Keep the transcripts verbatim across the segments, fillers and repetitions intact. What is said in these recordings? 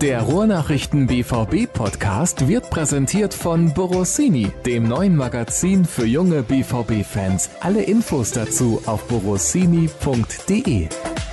Der Ruhrnachrichten B V B-Podcast wird präsentiert von Borossini, dem neuen Magazin für junge B V B-Fans. Alle Infos dazu auf borossini punkt de.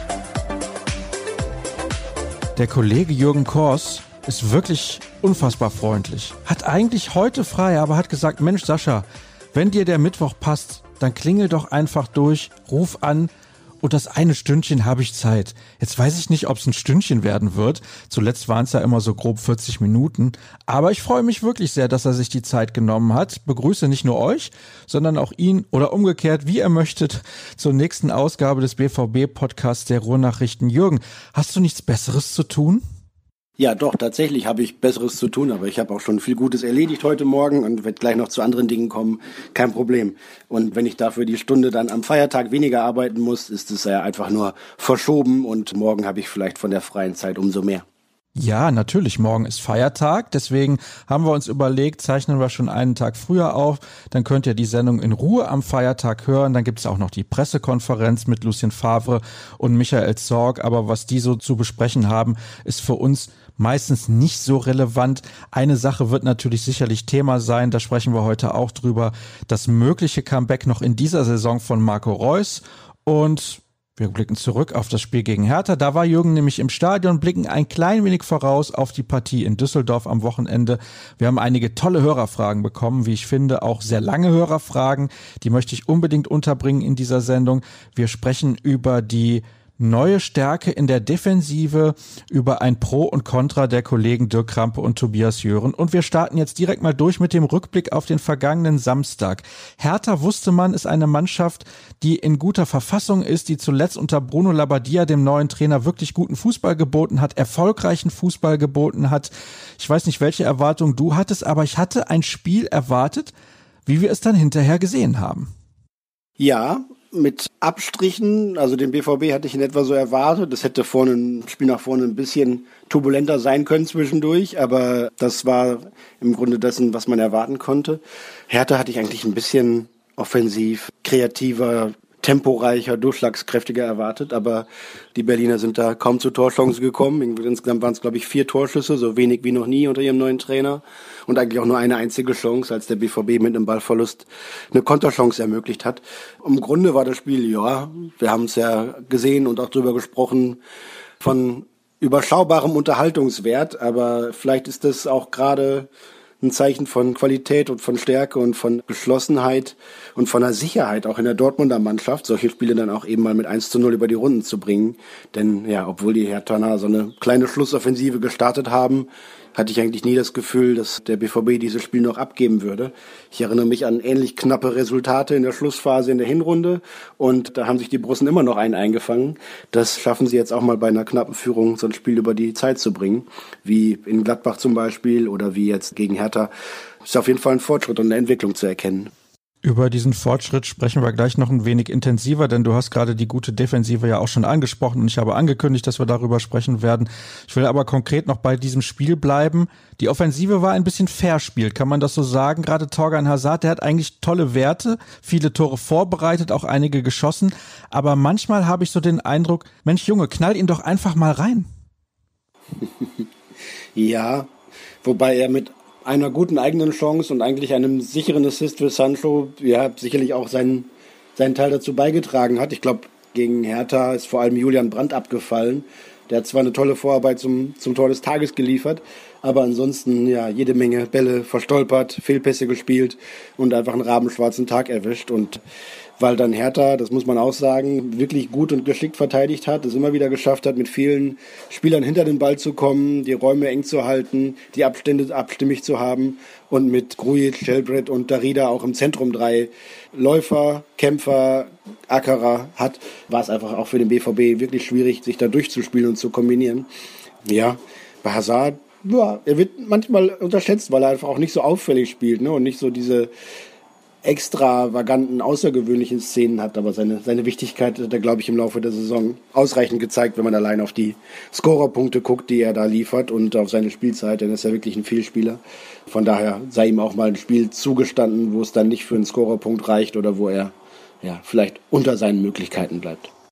Der Kollege Jürgen Kors ist wirklich unfassbar freundlich. Hat eigentlich heute frei, aber hat gesagt, Mensch Sascha, wenn dir der Mittwoch passt, dann klingel doch einfach durch, ruf an und das eine Stündchen habe ich Zeit. Jetzt weiß ich nicht, ob es ein Stündchen werden wird. Zuletzt waren es ja immer so grob vierzig Minuten. Aber ich freue mich wirklich sehr, dass er sich die Zeit genommen hat. Begrüße nicht nur euch, sondern auch ihn oder umgekehrt, wie ihr möchtet, zur nächsten Ausgabe des B V B-Podcasts der Ruhrnachrichten. Jürgen, hast du nichts Besseres zu tun? Ja, doch, tatsächlich habe ich Besseres zu tun, aber ich habe auch schon viel Gutes erledigt heute Morgen und werde gleich noch zu anderen Dingen kommen, kein Problem. Und wenn ich dafür die Stunde dann am Feiertag weniger arbeiten muss, ist es ja einfach nur verschoben und morgen habe ich vielleicht von der freien Zeit umso mehr. Ja, natürlich, morgen ist Feiertag, deswegen haben wir uns überlegt, zeichnen wir schon einen Tag früher auf, dann könnt ihr die Sendung in Ruhe am Feiertag hören, dann gibt es auch noch die Pressekonferenz mit Lucien Favre und Michael Zorg, aber was die so zu besprechen haben, ist für uns meistens nicht so relevant. Eine Sache wird natürlich sicherlich Thema sein, da sprechen wir heute auch drüber, das mögliche Comeback noch in dieser Saison von Marco Reus und wir blicken zurück auf das Spiel gegen Hertha. Da war Jürgen nämlich im Stadion, blicken ein klein wenig voraus auf die Partie in Düsseldorf am Wochenende. Wir haben einige tolle Hörerfragen bekommen, wie ich finde, auch sehr lange Hörerfragen. Die möchte ich unbedingt unterbringen in dieser Sendung. Wir sprechen über die neue Stärke in der Defensive, über ein Pro und Contra der Kollegen Dirk Krampe und Tobias Jören. Und wir starten jetzt direkt mal durch mit dem Rückblick auf den vergangenen Samstag. Hertha, wusste man, ist eine Mannschaft, die in guter Verfassung ist, die zuletzt unter Bruno Labbadia, dem neuen Trainer, wirklich guten Fußball geboten hat, erfolgreichen Fußball geboten hat. Ich weiß nicht, welche Erwartungen du hattest, aber ich hatte ein Spiel erwartet, wie wir es dann hinterher gesehen haben. Ja, mit Abstrichen, also den B V B hatte ich in etwa so erwartet. Das hätte vorne ein Spiel nach vorne ein bisschen turbulenter sein können zwischendurch, aber das war im Grunde dessen, was man erwarten konnte. Hertha hatte ich eigentlich ein bisschen offensiv, kreativer, temporeicher, durchschlagskräftiger erwartet, aber die Berliner sind da kaum zu Torchancen gekommen. Insgesamt waren es, glaube ich, vier Torschüsse, so wenig wie noch nie unter ihrem neuen Trainer und eigentlich auch nur eine einzige Chance, als der B V B mit einem Ballverlust eine Konterchance ermöglicht hat. Im Grunde war das Spiel, ja, wir haben es ja gesehen und auch drüber gesprochen, von überschaubarem Unterhaltungswert, aber vielleicht ist das auch gerade ein Zeichen von Qualität und von Stärke und von Geschlossenheit und von der Sicherheit auch in der Dortmunder Mannschaft, solche Spiele dann auch eben mal mit eins zu null über die Runden zu bringen. Denn ja, obwohl die Herthaner so eine kleine Schlussoffensive gestartet haben, hatte ich eigentlich nie das Gefühl, dass der B V B dieses Spiel noch abgeben würde. Ich erinnere mich an ähnlich knappe Resultate in der Schlussphase in der Hinrunde und da haben sich die Borussen immer noch einen eingefangen. Das schaffen sie jetzt auch mal bei einer knappen Führung, so ein Spiel über die Zeit zu bringen, wie in Gladbach zum Beispiel oder wie jetzt gegen Hertha. Ist auf jeden Fall ein Fortschritt und eine Entwicklung zu erkennen. Über diesen Fortschritt sprechen wir gleich noch ein wenig intensiver, denn du hast gerade die gute Defensive ja auch schon angesprochen und ich habe angekündigt, dass wir darüber sprechen werden. Ich will aber konkret noch bei diesem Spiel bleiben. Die Offensive war ein bisschen verspielt, kann man das so sagen? Gerade Torgan Hazard, der hat eigentlich tolle Werte, viele Tore vorbereitet, auch einige geschossen, aber manchmal habe ich so den Eindruck, Mensch Junge, knall ihn doch einfach mal rein. Ja, wobei er mit einer guten eigenen Chance und eigentlich einem sicheren Assist für Sancho, ja, sicherlich auch seinen, seinen Teil dazu beigetragen hat. Ich glaube, gegen Hertha ist vor allem Julian Brandt abgefallen. Der hat zwar eine tolle Vorarbeit zum, zum Tor des Tages geliefert, aber ansonsten ja jede Menge Bälle verstolpert, Fehlpässe gespielt und einfach einen rabenschwarzen Tag erwischt. Und weil dann Hertha, das muss man auch sagen, wirklich gut und geschickt verteidigt hat, es immer wieder geschafft hat, mit vielen Spielern hinter den Ball zu kommen, die Räume eng zu halten, die Abstände abstimmig zu haben und mit Grujic, Shelbrett und Darida auch im Zentrum drei Läufer, Kämpfer, Ackerer hat, war es einfach auch für den B V B wirklich schwierig, sich da durchzuspielen und zu kombinieren. Ja, bei Hazard, ja, er wird manchmal unterschätzt, weil er einfach auch nicht so auffällig spielt, ne, und nicht so diese extravaganten, außergewöhnlichen Szenen hat, aber seine, seine Wichtigkeit hat er, glaube ich, im Laufe der Saison ausreichend gezeigt, wenn man allein auf die Scorerpunkte guckt, die er da liefert und auf seine Spielzeit, denn er ist ja wirklich ein Vielspieler. Von daher sei ihm auch mal ein Spiel zugestanden, wo es dann nicht für einen Scorerpunkt reicht oder wo er ja vielleicht unter seinen Möglichkeiten bleibt.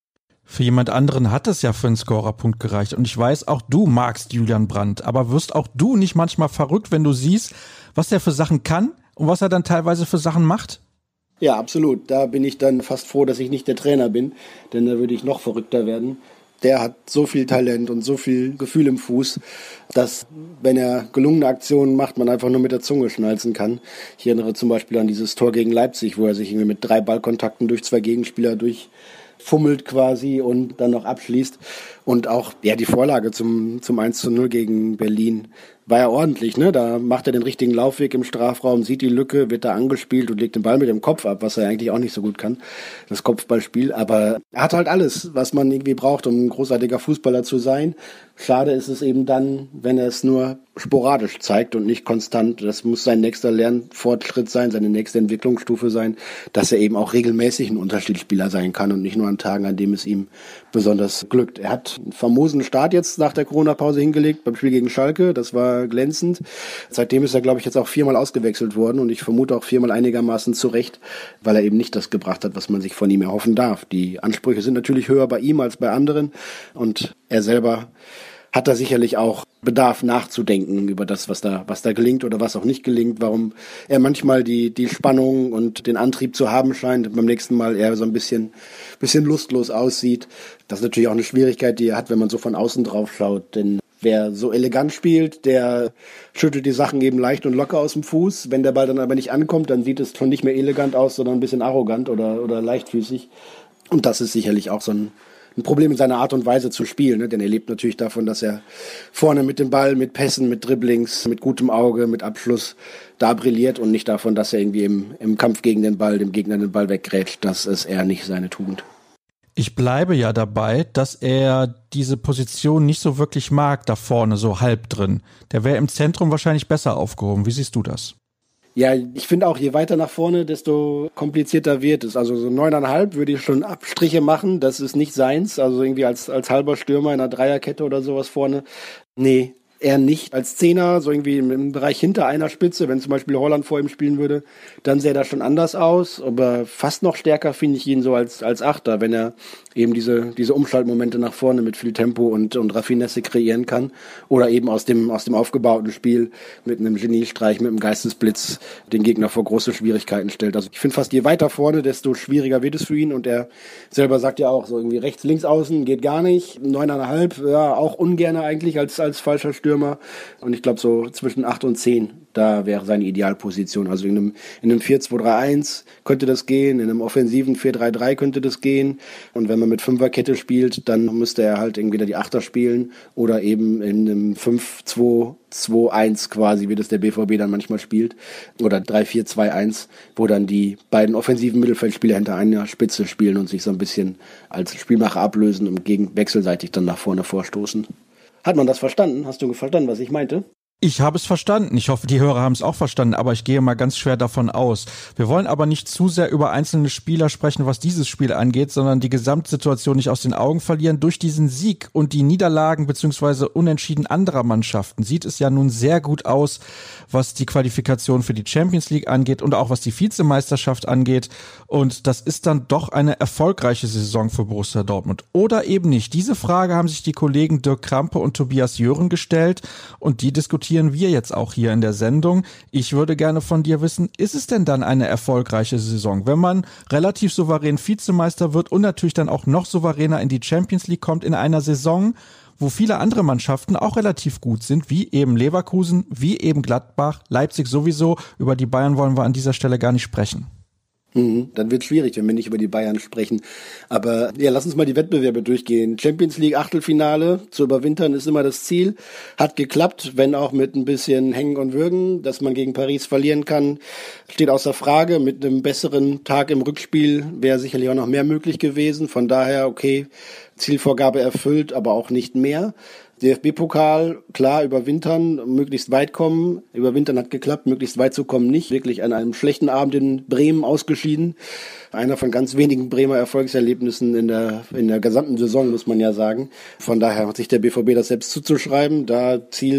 Für jemand anderen hat es ja für einen Scorerpunkt gereicht. Und ich weiß, auch du magst Julian Brandt. Aber wirst auch du nicht manchmal verrückt, wenn du siehst, was der für Sachen kann und was er dann teilweise für Sachen macht? Ja, absolut. Da bin ich dann fast froh, dass ich nicht der Trainer bin, denn da würde ich noch verrückter werden. Der hat so viel Talent und so viel Gefühl im Fuß, dass, wenn er gelungene Aktionen macht, man einfach nur mit der Zunge schnalzen kann. Ich erinnere zum Beispiel an dieses Tor gegen Leipzig, wo er sich irgendwie mit drei Ballkontakten durch zwei Gegenspieler durchfummelt quasi und dann noch abschließt. Und auch ja die Vorlage zum, zum eins zu null gegen Berlin war ja ordentlich, ne? Da macht er den richtigen Laufweg im Strafraum, sieht die Lücke, wird da angespielt und legt den Ball mit dem Kopf ab, was er eigentlich auch nicht so gut kann, das Kopfballspiel. Aber er hat halt alles, was man irgendwie braucht, um ein großartiger Fußballer zu sein. Schade ist es eben dann, wenn er es nur sporadisch zeigt und nicht konstant. Das muss sein nächster Lernfortschritt sein, seine nächste Entwicklungsstufe sein, dass er eben auch regelmäßig ein Unterschiedsspieler sein kann und nicht nur an Tagen, an denen es ihm besonders glückt. Er hat einen famosen Start jetzt nach der Corona-Pause hingelegt beim Spiel gegen Schalke. Das war glänzend. Seitdem ist er, glaube ich, jetzt auch viermal ausgewechselt worden und ich vermute auch viermal einigermaßen zurecht, weil er eben nicht das gebracht hat, was man sich von ihm erhoffen darf. Die Ansprüche sind natürlich höher bei ihm als bei anderen und er selber hat da sicherlich auch Bedarf nachzudenken über das, was da, was da gelingt oder was auch nicht gelingt, warum er manchmal die, die Spannung und den Antrieb zu haben scheint und beim nächsten Mal eher so ein bisschen, bisschen lustlos aussieht. Das ist natürlich auch eine Schwierigkeit, die er hat, wenn man so von außen drauf schaut, denn wer so elegant spielt, der schüttelt die Sachen eben leicht und locker aus dem Fuß. Wenn der Ball dann aber nicht ankommt, dann sieht es schon nicht mehr elegant aus, sondern ein bisschen arrogant oder, oder leichtfüßig. Und das ist sicherlich auch so ein ein Problem in seiner Art und Weise zu spielen, ne? Denn er lebt natürlich davon, dass er vorne mit dem Ball, mit Pässen, mit Dribblings, mit gutem Auge, mit Abschluss da brilliert und nicht davon, dass er irgendwie im, im Kampf gegen den Ball, dem Gegner den Ball weggrätscht. Das ist eher nicht seine Tugend. Ich bleibe ja dabei, dass er diese Position nicht so wirklich mag, da vorne, so halb drin. Der wäre im Zentrum wahrscheinlich besser aufgehoben. Wie siehst du das? Ja, ich finde auch, je weiter nach vorne, desto komplizierter wird es. Also so neuneinhalb würde ich schon Abstriche machen. Das ist nicht seins. Also irgendwie als, als halber Stürmer in einer Dreierkette oder sowas vorne. Nee, eher nicht. Als Zehner, so irgendwie im, im Bereich hinter einer Spitze, wenn zum Beispiel Holland vor ihm spielen würde, dann sähe das schon anders aus. Aber fast noch stärker finde ich ihn so als, als Achter, wenn er eben diese, diese Umschaltmomente nach vorne mit viel Tempo und, und Raffinesse kreieren kann. Oder eben aus dem, aus dem aufgebauten Spiel mit einem Geniestreich, mit einem Geistesblitz den Gegner vor große Schwierigkeiten stellt. Also ich finde fast, je weiter vorne, desto schwieriger wird es für ihn. Und er selber sagt ja auch so irgendwie rechts, links außen geht gar nicht. Neuneinhalb, ja, auch ungerne eigentlich als, als falscher Stürmer. Und ich glaube so zwischen acht und zehn, da wäre seine Idealposition. Also in einem, in einem vier zwei drei eins könnte das gehen, in einem offensiven vier drei drei könnte das gehen. Und wenn man mit Fünferkette spielt, dann müsste er halt entweder die Achter spielen oder eben in einem fünf zwei zwei eins quasi, wie das der B V B dann manchmal spielt. Oder drei vier zwei eins, wo dann die beiden offensiven Mittelfeldspieler hinter einer Spitze spielen und sich so ein bisschen als Spielmacher ablösen und gegen wechselseitig dann nach vorne vorstoßen. Hat man das verstanden? Hast du verstanden, was ich meinte? Ich habe es verstanden. Ich hoffe, die Hörer haben es auch verstanden, aber ich gehe mal ganz schwer davon aus. Wir wollen aber nicht zu sehr über einzelne Spieler sprechen, was dieses Spiel angeht, sondern die Gesamtsituation nicht aus den Augen verlieren. Durch diesen Sieg und die Niederlagen bzw. Unentschieden anderer Mannschaften sieht es ja nun sehr gut aus, was die Qualifikation für die Champions League angeht und auch was die Vizemeisterschaft angeht. Und das ist dann doch eine erfolgreiche Saison für Borussia Dortmund. Oder eben nicht. Diese Frage haben sich die Kollegen Dirk Krampe und Tobias Jören gestellt und die diskutieren wir jetzt auch hier in der Sendung. Ich würde gerne von dir wissen, ist es denn dann eine erfolgreiche Saison, wenn man relativ souverän Vizemeister wird und natürlich dann auch noch souveräner in die Champions League kommt in einer Saison, wo viele andere Mannschaften auch relativ gut sind, wie eben Leverkusen, wie eben Gladbach, Leipzig sowieso. Über die Bayern wollen wir an dieser Stelle gar nicht sprechen. Mhm, dann wird es schwierig, wenn wir nicht über die Bayern sprechen. Aber ja, lass uns mal die Wettbewerbe durchgehen. Champions League Achtelfinale zu überwintern ist immer das Ziel. Hat geklappt, wenn auch mit ein bisschen Hängen und Würgen. Dass man gegen Paris verlieren kann, steht außer Frage. Mit einem besseren Tag im Rückspiel wäre sicherlich auch noch mehr möglich gewesen. Von daher, okay, Zielvorgabe erfüllt, aber auch nicht mehr. D F B-Pokal, klar, überwintern, möglichst weit kommen. Überwintern hat geklappt, möglichst weit zu kommen nicht. Wirklich an einem schlechten Abend in Bremen ausgeschieden. Einer von ganz wenigen Bremer Erfolgserlebnissen in der, in der gesamten Saison, muss man ja sagen. Von daher hat sich der B V B das selbst zuzuschreiben. Da Ziel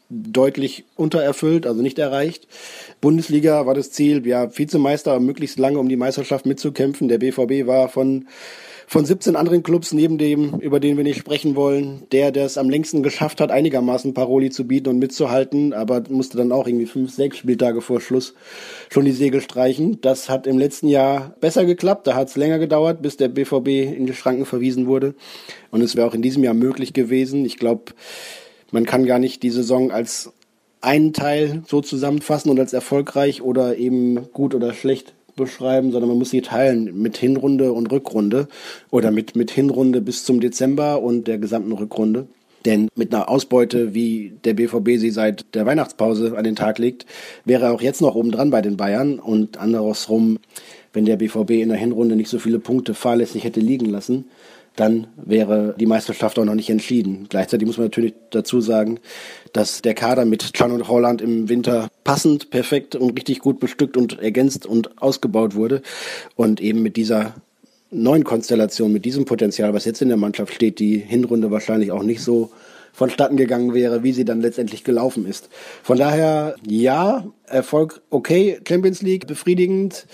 deutlich untererfüllt, also nicht erreicht. Bundesliga war das Ziel, ja, Vizemeister, möglichst lange um die Meisterschaft mitzukämpfen. Der B V B war von von siebzehn anderen Clubs neben dem, über den wir nicht sprechen wollen, der, der es am längsten geschafft hat, einigermaßen Paroli zu bieten und mitzuhalten, aber musste dann auch irgendwie fünf, sechs Spieltage vor Schluss schon die Segel streichen. Das hat im letzten Jahr besser geklappt, da hat es länger gedauert, bis der B V B in die Schranken verwiesen wurde. Und es wäre auch in diesem Jahr möglich gewesen. Ich glaube, man kann gar nicht die Saison als einen Teil so zusammenfassen und als erfolgreich oder eben gut oder schlecht beschreiben, sondern man muss sie teilen mit Hinrunde und Rückrunde oder mit, mit Hinrunde bis zum Dezember und der gesamten Rückrunde. Denn mit einer Ausbeute, wie der B V B sie seit der Weihnachtspause an den Tag legt, wäre er auch jetzt noch obendran bei den Bayern. Und andersrum, wenn der B V B in der Hinrunde nicht so viele Punkte fahrlässig hätte liegen lassen, dann wäre die Meisterschaft auch noch nicht entschieden. Gleichzeitig muss man natürlich dazu sagen, dass der Kader mit Can und Holland im Winter passend, perfekt und richtig gut bestückt und ergänzt und ausgebaut wurde. Und eben mit dieser neuen Konstellation, mit diesem Potenzial, was jetzt in der Mannschaft steht, die Hinrunde wahrscheinlich auch nicht so vonstatten gegangen wäre, wie sie dann letztendlich gelaufen ist. Von daher, ja, Erfolg okay, Champions League befriedigend,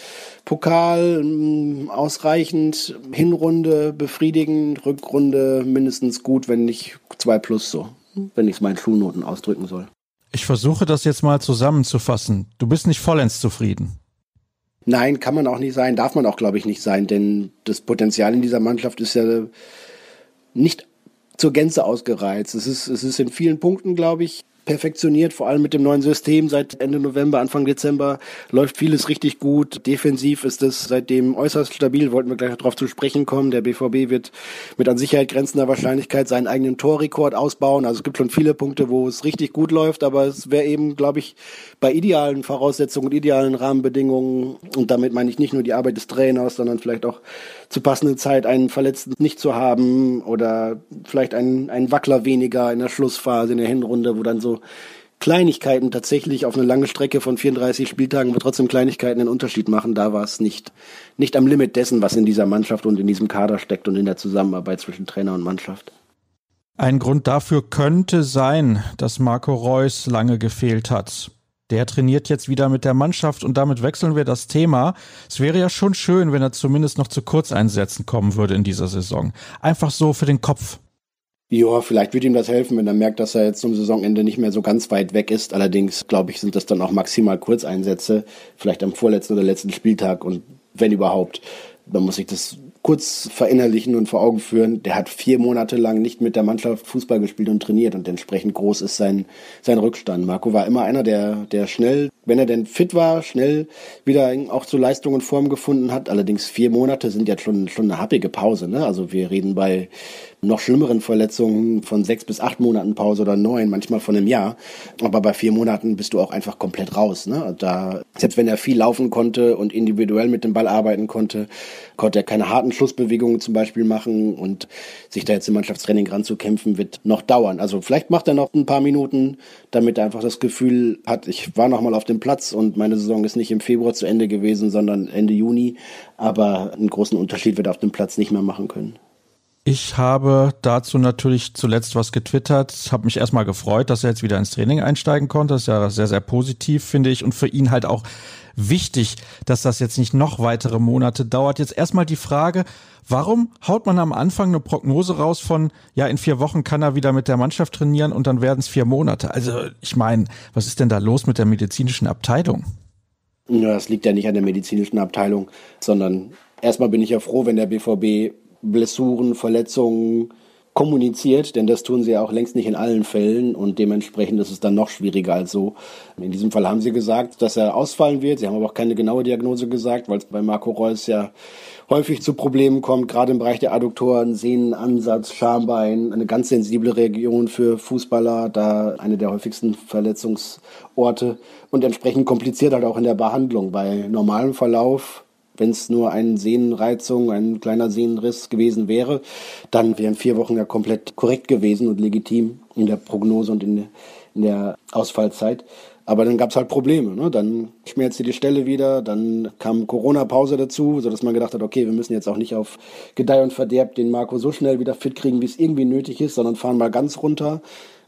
Pokal mh, ausreichend, Hinrunde befriedigend, Rückrunde mindestens gut, wenn nicht zwei plus so, wenn ich es mal in Schulnoten ausdrücken soll. Ich versuche das jetzt mal zusammenzufassen. Du bist nicht vollends zufrieden. Nein, kann man auch nicht sein, darf man auch, glaube ich, nicht sein, denn das Potenzial in dieser Mannschaft ist ja nicht zur Gänze ausgereizt. Es ist, es ist in vielen Punkten, glaube ich, perfektioniert, vor allem mit dem neuen System seit Ende November, Anfang Dezember läuft vieles richtig gut. Defensiv ist es seitdem äußerst stabil, wollten wir gleich darauf zu sprechen kommen. Der B V B wird mit an Sicherheit grenzender Wahrscheinlichkeit seinen eigenen Torrekord ausbauen. Also es gibt schon viele Punkte, wo es richtig gut läuft, aber es wäre eben, glaube ich, bei idealen Voraussetzungen und idealen Rahmenbedingungen, und damit meine ich nicht nur die Arbeit des Trainers, sondern vielleicht auch zur passenden Zeit einen Verletzten nicht zu haben oder vielleicht einen, einen Wackler weniger in der Schlussphase, in der Hinrunde, wo dann so Kleinigkeiten tatsächlich auf eine lange Strecke von vierunddreißig Spieltagen, aber trotzdem Kleinigkeiten den Unterschied machen. Da war es nicht, nicht am Limit dessen, was in dieser Mannschaft und in diesem Kader steckt und in der Zusammenarbeit zwischen Trainer und Mannschaft. Ein Grund dafür könnte sein, dass Marco Reus lange gefehlt hat. Der trainiert jetzt wieder mit der Mannschaft und damit wechseln wir das Thema. Es wäre ja schon schön, wenn er zumindest noch zu Kurzeinsätzen kommen würde in dieser Saison. Einfach so für den Kopf. Ja, vielleicht wird ihm das helfen, wenn er merkt, dass er jetzt zum Saisonende nicht mehr so ganz weit weg ist. Allerdings, glaube ich, sind das dann auch maximal Kurzeinsätze, vielleicht am vorletzten oder letzten Spieltag und wenn überhaupt. Man muss sich das kurz verinnerlichen und vor Augen führen. Der hat vier Monate lang nicht mit der Mannschaft Fußball gespielt und trainiert und entsprechend groß ist sein sein Rückstand. Marco war immer einer, der der schnell, wenn er denn fit war, schnell wieder auch zu Leistung und Form gefunden hat. Allerdings vier Monate sind jetzt schon schon eine happige Pause, ne? Also wir reden bei noch schlimmeren Verletzungen von sechs bis acht Monaten Pause oder neun, manchmal von einem Jahr. Aber bei vier Monaten bist du auch einfach komplett raus, ne? Da, selbst wenn er viel laufen konnte und individuell mit dem Ball arbeiten konnte, konnte er keine harten Schussbewegungen zum Beispiel machen und sich da jetzt im Mannschaftstraining ranzukämpfen, wird noch dauern. Also vielleicht macht er noch ein paar Minuten, damit er einfach das Gefühl hat, ich war noch mal auf dem Platz und meine Saison ist nicht im Februar zu Ende gewesen, sondern Ende Juni. Aber einen großen Unterschied wird er auf dem Platz nicht mehr machen können. Ich habe dazu natürlich zuletzt was getwittert, habe mich erstmal gefreut, dass er jetzt wieder ins Training einsteigen konnte. Das ist ja sehr, sehr positiv, finde ich, und für ihn halt auch wichtig, dass das jetzt nicht noch weitere Monate dauert. Jetzt erstmal die Frage, warum haut man am Anfang eine Prognose raus von, ja, in vier Wochen kann er wieder mit der Mannschaft trainieren und dann werden es vier Monate. Also ich meine, was ist denn da los mit der medizinischen Abteilung? Ja, das liegt ja nicht an der medizinischen Abteilung, sondern erstmal bin ich ja froh, wenn der B V B Blessuren, Verletzungen kommuniziert, denn das tun sie ja auch längst nicht in allen Fällen und dementsprechend ist es dann noch schwieriger als so. In diesem Fall haben sie gesagt, dass er ausfallen wird. Sie haben aber auch keine genaue Diagnose gesagt, weil es bei Marco Reus ja häufig zu Problemen kommt, gerade im Bereich der Adduktoren, Sehnenansatz, Schambein, eine ganz sensible Region für Fußballer, da eine der häufigsten Verletzungsorte und entsprechend kompliziert halt auch in der Behandlung. Bei normalem Verlauf, wenn es nur eine Sehnenreizung, ein kleiner Sehnenriss gewesen wäre, dann wären vier Wochen ja komplett korrekt gewesen und legitim in der Prognose und in der, in der Ausfallzeit. Aber dann gab es halt Probleme, ne? Dann schmerzte die Stelle wieder, dann kam Corona-Pause dazu, sodass man gedacht hat, okay, wir müssen jetzt auch nicht auf Gedeih und Verderb den Marco so schnell wieder fit kriegen, wie es irgendwie nötig ist, sondern fahren mal ganz runter.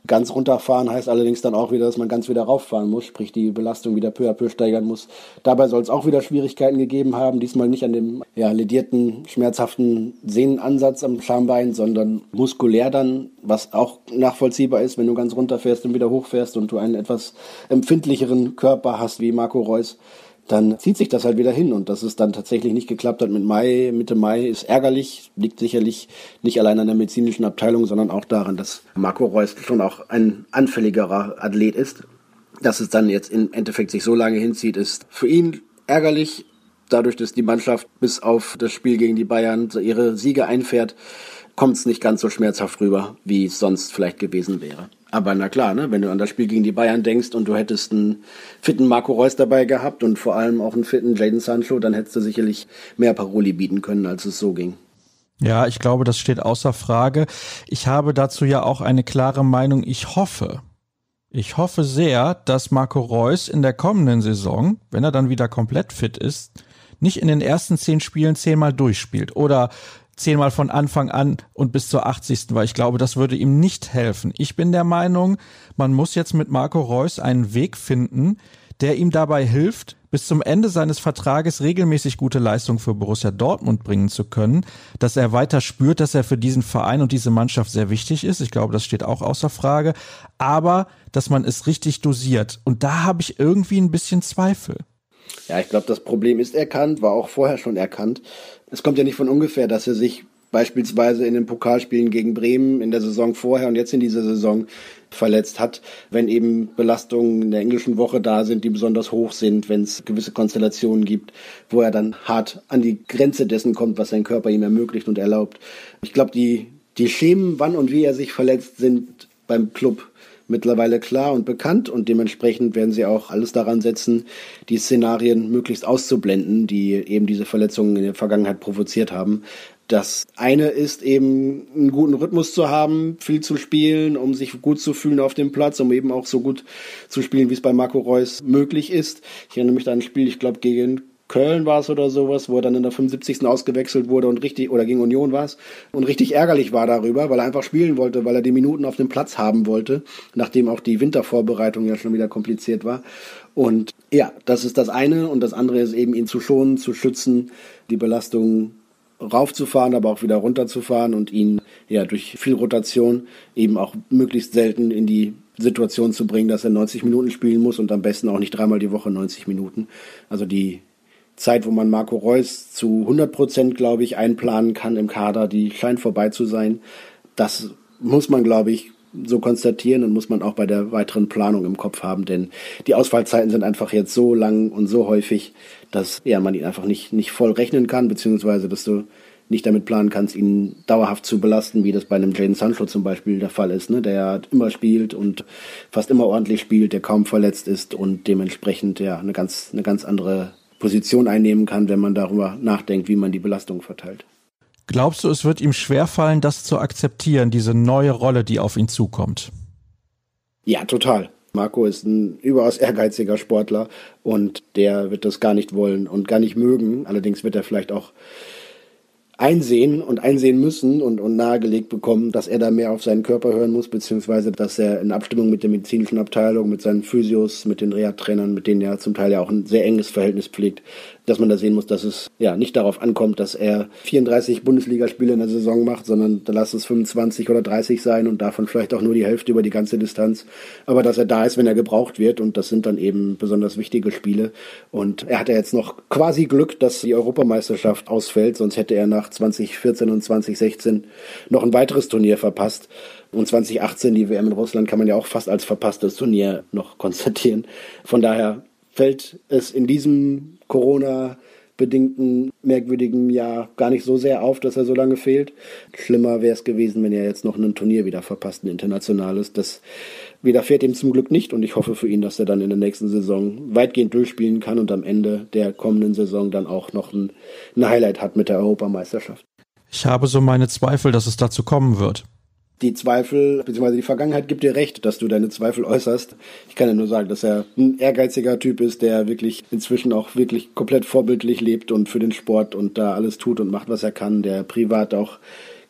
Ganz runterfahren heißt allerdings dann auch wieder, dass man ganz wieder rauffahren muss, sprich die Belastung wieder peu à peu steigern muss. Dabei soll es auch wieder Schwierigkeiten gegeben haben, diesmal nicht an dem ja, ledierten, schmerzhaften Sehnenansatz am Schambein, sondern muskulär dann, was auch nachvollziehbar ist, wenn du ganz runterfährst und wieder hochfährst und du einen etwas empfindlicheren Körper hast wie Marco Reus. Dann zieht sich das halt wieder hin und dass es dann tatsächlich nicht geklappt hat mit Mai, Mitte Mai, ist ärgerlich, liegt sicherlich nicht allein an der medizinischen Abteilung, sondern auch daran, dass Marco Reus schon auch ein anfälligerer Athlet ist. Dass es dann jetzt im Endeffekt sich so lange hinzieht, ist für ihn ärgerlich, dadurch, dass die Mannschaft bis auf das Spiel gegen die Bayern ihre Siege einfährt, kommt es nicht ganz so schmerzhaft rüber, wie es sonst vielleicht gewesen wäre. Aber na klar, ne, wenn du an das Spiel gegen die Bayern denkst und du hättest einen fitten Marco Reus dabei gehabt und vor allem auch einen fitten Jadon Sancho, dann hättest du sicherlich mehr Paroli bieten können, als es so ging. Ja, ich glaube, das steht außer Frage. Ich habe dazu ja auch eine klare Meinung. Ich hoffe, ich hoffe sehr, dass Marco Reus in der kommenden Saison, wenn er dann wieder komplett fit ist, nicht in den ersten zehn Spielen zehnmal durchspielt oder zehnmal von Anfang an und bis zur achtzigsten weil ich glaube, das würde ihm nicht helfen. Ich bin der Meinung, man muss jetzt mit Marco Reus einen Weg finden, der ihm dabei hilft, bis zum Ende seines Vertrages regelmäßig gute Leistung für Borussia Dortmund bringen zu können, dass er weiter spürt, dass er für diesen Verein und diese Mannschaft sehr wichtig ist. Ich glaube, das steht auch außer Frage. Aber, dass man es richtig dosiert. Und da habe ich irgendwie ein bisschen Zweifel. Ja, ich glaube, das Problem ist erkannt, war auch vorher schon erkannt. Es kommt ja nicht von ungefähr, dass er sich beispielsweise in den Pokalspielen gegen Bremen in der Saison vorher und jetzt in dieser Saison verletzt hat, wenn eben Belastungen in der englischen Woche da sind, die besonders hoch sind, wenn es gewisse Konstellationen gibt, wo er dann hart an die Grenze dessen kommt, was sein Körper ihm ermöglicht und erlaubt. Ich glaube, die, die Schemen, wann und wie er sich verletzt, sind beim Club mittlerweile klar und bekannt und dementsprechend werden sie auch alles daran setzen, die Szenarien möglichst auszublenden, die eben diese Verletzungen in der Vergangenheit provoziert haben. Das eine ist eben, einen guten Rhythmus zu haben, viel zu spielen, um sich gut zu fühlen auf dem Platz, um eben auch so gut zu spielen, wie es bei Marco Reus möglich ist. Ich erinnere mich an ein Spiel, ich glaube gegen Köln war es oder sowas, wo er dann in der fünfundsiebzigsten ausgewechselt wurde und richtig, oder gegen Union war es, und richtig ärgerlich war darüber, weil er einfach spielen wollte, weil er die Minuten auf dem Platz haben wollte, nachdem auch die Wintervorbereitung ja schon wieder kompliziert war. Und ja, das ist das eine und das andere ist eben, ihn zu schonen, zu schützen, die Belastung raufzufahren, aber auch wieder runterzufahren und ihn ja durch viel Rotation eben auch möglichst selten in die Situation zu bringen, dass er neunzig Minuten spielen muss und am besten auch nicht dreimal die Woche neunzig Minuten. Also die Zeit, wo man Marco Reus zu hundert Prozent, glaube ich, einplanen kann im Kader, die scheint vorbei zu sein. Das muss man, glaube ich, so konstatieren und muss man auch bei der weiteren Planung im Kopf haben, denn die Ausfallzeiten sind einfach jetzt so lang und so häufig, dass ja, man ihn einfach nicht, nicht voll rechnen kann, beziehungsweise dass du nicht damit planen kannst, ihn dauerhaft zu belasten, wie das bei einem Jadon Sancho zum Beispiel der Fall ist, ne? Der immer spielt und fast immer ordentlich spielt, der kaum verletzt ist und dementsprechend ja eine ganz, eine ganz andere Position einnehmen kann, wenn man darüber nachdenkt, wie man die Belastung verteilt. Glaubst du, es wird ihm schwerfallen, das zu akzeptieren, diese neue Rolle, die auf ihn zukommt? Ja, total. Marco ist ein überaus ehrgeiziger Sportler und der wird das gar nicht wollen und gar nicht mögen. Allerdings wird er vielleicht auch einsehen und einsehen müssen und, und nahegelegt bekommen, dass er da mehr auf seinen Körper hören muss, beziehungsweise dass er in Abstimmung mit der medizinischen Abteilung, mit seinen Physios, mit den Reha-Trainern, mit denen er zum Teil ja auch ein sehr enges Verhältnis pflegt, dass man da sehen muss, dass es ja nicht darauf ankommt, dass er vierunddreißig Bundesligaspiele in der Saison macht, sondern da lass es fünfundzwanzig oder dreißig sein und davon vielleicht auch nur die Hälfte über die ganze Distanz, aber dass er da ist, wenn er gebraucht wird und das sind dann eben besonders wichtige Spiele und er hatte jetzt noch quasi Glück, dass die Europameisterschaft ausfällt, sonst hätte er nach zwanzig vierzehn und zwanzig sechzehn noch ein weiteres Turnier verpasst und zwanzig achtzehn, die W M in Russland, kann man ja auch fast als verpasstes Turnier noch konstatieren. Von daher fällt es in diesem Corona-bedingten, merkwürdigen Jahr gar nicht so sehr auf, dass er so lange fehlt. Schlimmer wäre es gewesen, wenn er jetzt noch ein Turnier wieder verpasst, ein internationales. Das widerfährt ihm zum Glück nicht und ich hoffe für ihn, dass er dann in der nächsten Saison weitgehend durchspielen kann und am Ende der kommenden Saison dann auch noch ein, ein Highlight hat mit der Europameisterschaft. Ich habe so meine Zweifel, dass es dazu kommen wird. Die Zweifel, beziehungsweise die Vergangenheit gibt dir recht, dass du deine Zweifel äußerst. Ich kann ja nur sagen, dass er ein ehrgeiziger Typ ist, der wirklich inzwischen auch wirklich komplett vorbildlich lebt und für den Sport und da alles tut und macht, was er kann, der privat auch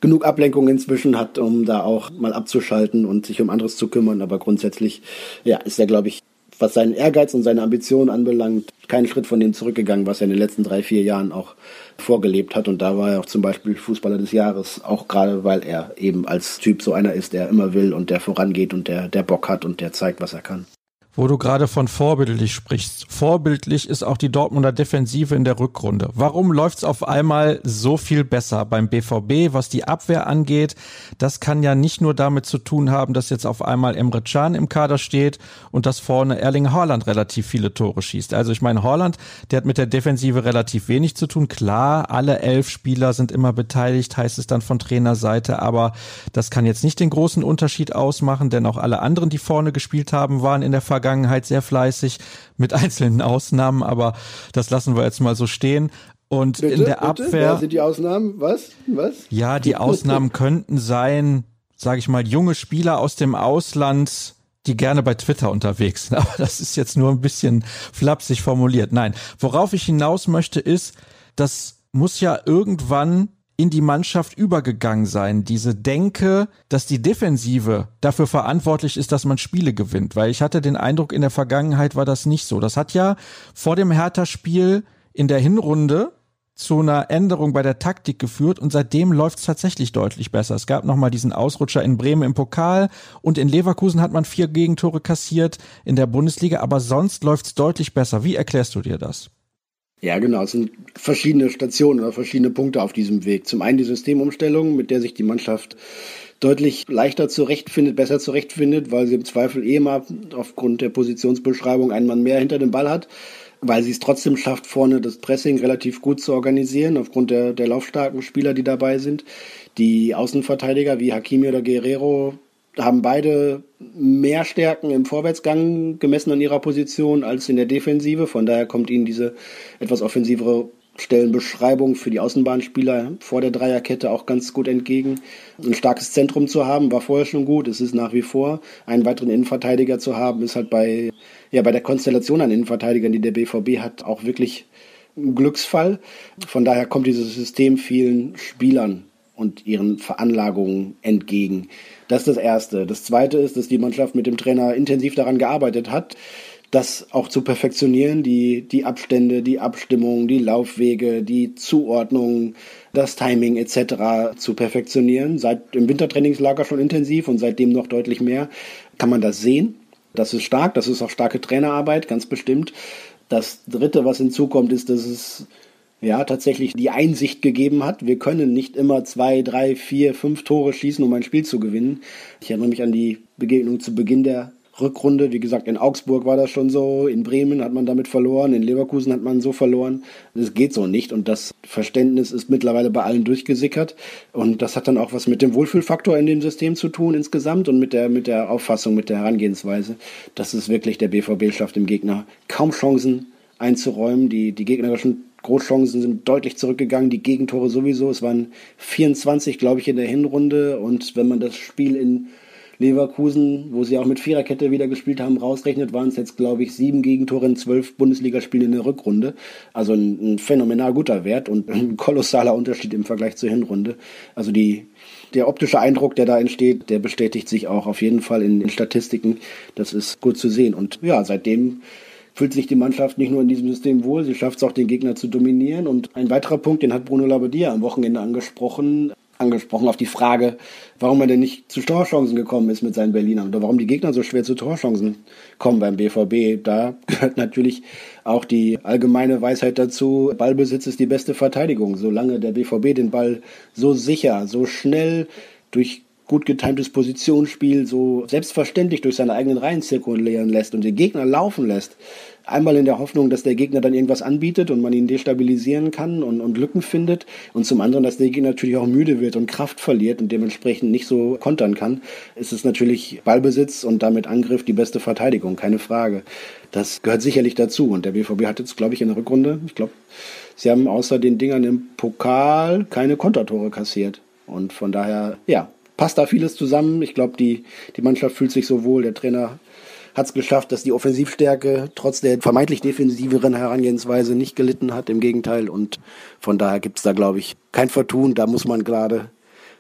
genug Ablenkung inzwischen hat, um da auch mal abzuschalten und sich um anderes zu kümmern. Aber grundsätzlich, ja, ist er, glaube ich, was seinen Ehrgeiz und seine Ambitionen anbelangt, keinen Schritt von dem zurückgegangen, was er in den letzten drei, vier Jahren auch vorgelebt hat. Und da war er auch zum Beispiel Fußballer des Jahres, auch gerade weil er eben als Typ so einer ist, der immer will und der vorangeht und der, der Bock hat und der zeigt, was er kann. Wo du gerade von vorbildlich sprichst. Vorbildlich ist auch die Dortmunder Defensive in der Rückrunde. Warum läuft's auf einmal so viel besser beim B V B, was die Abwehr angeht? Das kann ja nicht nur damit zu tun haben, dass jetzt auf einmal Emre Can im Kader steht und dass vorne Erling Haaland relativ viele Tore schießt. Also ich meine, Haaland, der hat mit der Defensive relativ wenig zu tun. Klar, alle elf Spieler sind immer beteiligt, heißt es dann von Trainerseite, aber das kann jetzt nicht den großen Unterschied ausmachen, denn auch alle anderen, die vorne gespielt haben, waren in der Vergangenheit Vergangenheit sehr fleißig, mit einzelnen Ausnahmen, aber das lassen wir jetzt mal so stehen. Und bitte, in der bitte? Abwehr... Wer sind die Ausnahmen? Was? Was? Ja, die Ausnahmen könnten sein, sage ich mal, junge Spieler aus dem Ausland, die gerne bei Twitter unterwegs sind. Aber das ist jetzt nur ein bisschen flapsig formuliert. Nein, worauf ich hinaus möchte ist, das muss ja irgendwann in die Mannschaft übergegangen sein. Diese Denke, dass die Defensive dafür verantwortlich ist, dass man Spiele gewinnt. Weil ich hatte den Eindruck, in der Vergangenheit war das nicht so. Das hat ja vor dem Hertha-Spiel in der Hinrunde zu einer Änderung bei der Taktik geführt und seitdem läuft es tatsächlich deutlich besser. Es gab nochmal diesen Ausrutscher in Bremen im Pokal und in Leverkusen hat man vier Gegentore kassiert in der Bundesliga, aber sonst läuft es deutlich besser. Wie erklärst du dir das? Ja, genau. Es sind verschiedene Stationen oder verschiedene Punkte auf diesem Weg. Zum einen die Systemumstellung, mit der sich die Mannschaft deutlich leichter zurechtfindet, besser zurechtfindet, weil sie im Zweifel eh mal aufgrund der Positionsbeschreibung einen Mann mehr hinter dem Ball hat, weil sie es trotzdem schafft, vorne das Pressing relativ gut zu organisieren, aufgrund der, der laufstarken Spieler, die dabei sind. Die Außenverteidiger wie Hakimi oder Guerrero haben beide mehr Stärken im Vorwärtsgang gemessen an ihrer Position als in der Defensive. Von daher kommt ihnen diese etwas offensivere Stellenbeschreibung für die Außenbahnspieler vor der Dreierkette auch ganz gut entgegen. Ein starkes Zentrum zu haben, war vorher schon gut. Es ist nach wie vor. Einen weiteren Innenverteidiger zu haben, ist halt bei, ja, bei der Konstellation an Innenverteidigern, die der B V B hat, auch wirklich ein Glücksfall. Von daher kommt dieses System vielen Spielern und ihren Veranlagungen entgegen. Das ist das Erste. Das Zweite ist, dass die Mannschaft mit dem Trainer intensiv daran gearbeitet hat, das auch zu perfektionieren, die, die Abstände, die Abstimmung, die Laufwege, die Zuordnung, das Timing et cetera zu perfektionieren. Seit im Wintertrainingslager schon intensiv und seitdem noch deutlich mehr kann man das sehen. Das ist stark, das ist auch starke Trainerarbeit, ganz bestimmt. Das Dritte, was hinzukommt, ist, dass es ja tatsächlich die Einsicht gegeben hat, wir können nicht immer zwei, drei, vier, fünf Tore schießen, um ein Spiel zu gewinnen. Ich erinnere mich an die Begegnung zu Beginn der Rückrunde. Wie gesagt, in Augsburg war das schon so, in Bremen hat man damit verloren, in Leverkusen hat man so verloren. Das geht so nicht und das Verständnis ist mittlerweile bei allen durchgesickert und das hat dann auch was mit dem Wohlfühlfaktor in dem System zu tun insgesamt und mit der, mit der Auffassung, mit der Herangehensweise, dass es wirklich der B V B schafft, dem Gegner kaum Chancen einzuräumen. Die, die gegnerischen Großchancen sind deutlich zurückgegangen, die Gegentore sowieso. Es waren vierundzwanzig, glaube ich, in der Hinrunde. Und wenn man das Spiel in Leverkusen, wo sie auch mit Viererkette wieder gespielt haben, rausrechnet, waren es jetzt, glaube ich, sieben Gegentore in zwölf Bundesligaspielen in der Rückrunde. Also ein, ein phänomenal guter Wert und ein kolossaler Unterschied im Vergleich zur Hinrunde. Also die, der optische Eindruck, der da entsteht, der bestätigt sich auch auf jeden Fall in den Statistiken. Das ist gut zu sehen. Und ja, seitdem fühlt sich die Mannschaft nicht nur in diesem System wohl, sie schafft es auch, den Gegner zu dominieren. Und ein weiterer Punkt, den hat Bruno Labbadia am Wochenende angesprochen, angesprochen auf die Frage, warum er denn nicht zu Torchancen gekommen ist mit seinen Berlinern oder warum die Gegner so schwer zu Torchancen kommen beim B V B. Da gehört natürlich auch die allgemeine Weisheit dazu, Ballbesitz ist die beste Verteidigung. Solange der B V B den Ball so sicher, so schnell durch gut getimtes Positionsspiel so selbstverständlich durch seine eigenen Reihen zirkulieren lässt und den Gegner laufen lässt, einmal in der Hoffnung, dass der Gegner dann irgendwas anbietet und man ihn destabilisieren kann und, und Lücken findet und zum anderen, dass der Gegner natürlich auch müde wird und Kraft verliert und dementsprechend nicht so kontern kann, ist es natürlich Ballbesitz und damit Angriff die beste Verteidigung, keine Frage. Das gehört sicherlich dazu und der B V B hat jetzt, glaube ich, in der Rückrunde, ich glaube, sie haben außer den Dingern im Pokal keine Kontertore kassiert und von daher, ja, passt da vieles zusammen. Ich glaube, die, die Mannschaft fühlt sich so wohl. Der Trainer hat es geschafft, dass die Offensivstärke trotz der vermeintlich defensiveren Herangehensweise nicht gelitten hat. Im Gegenteil. Und von daher gibt es da, glaube ich, kein Vertun. Da muss man gerade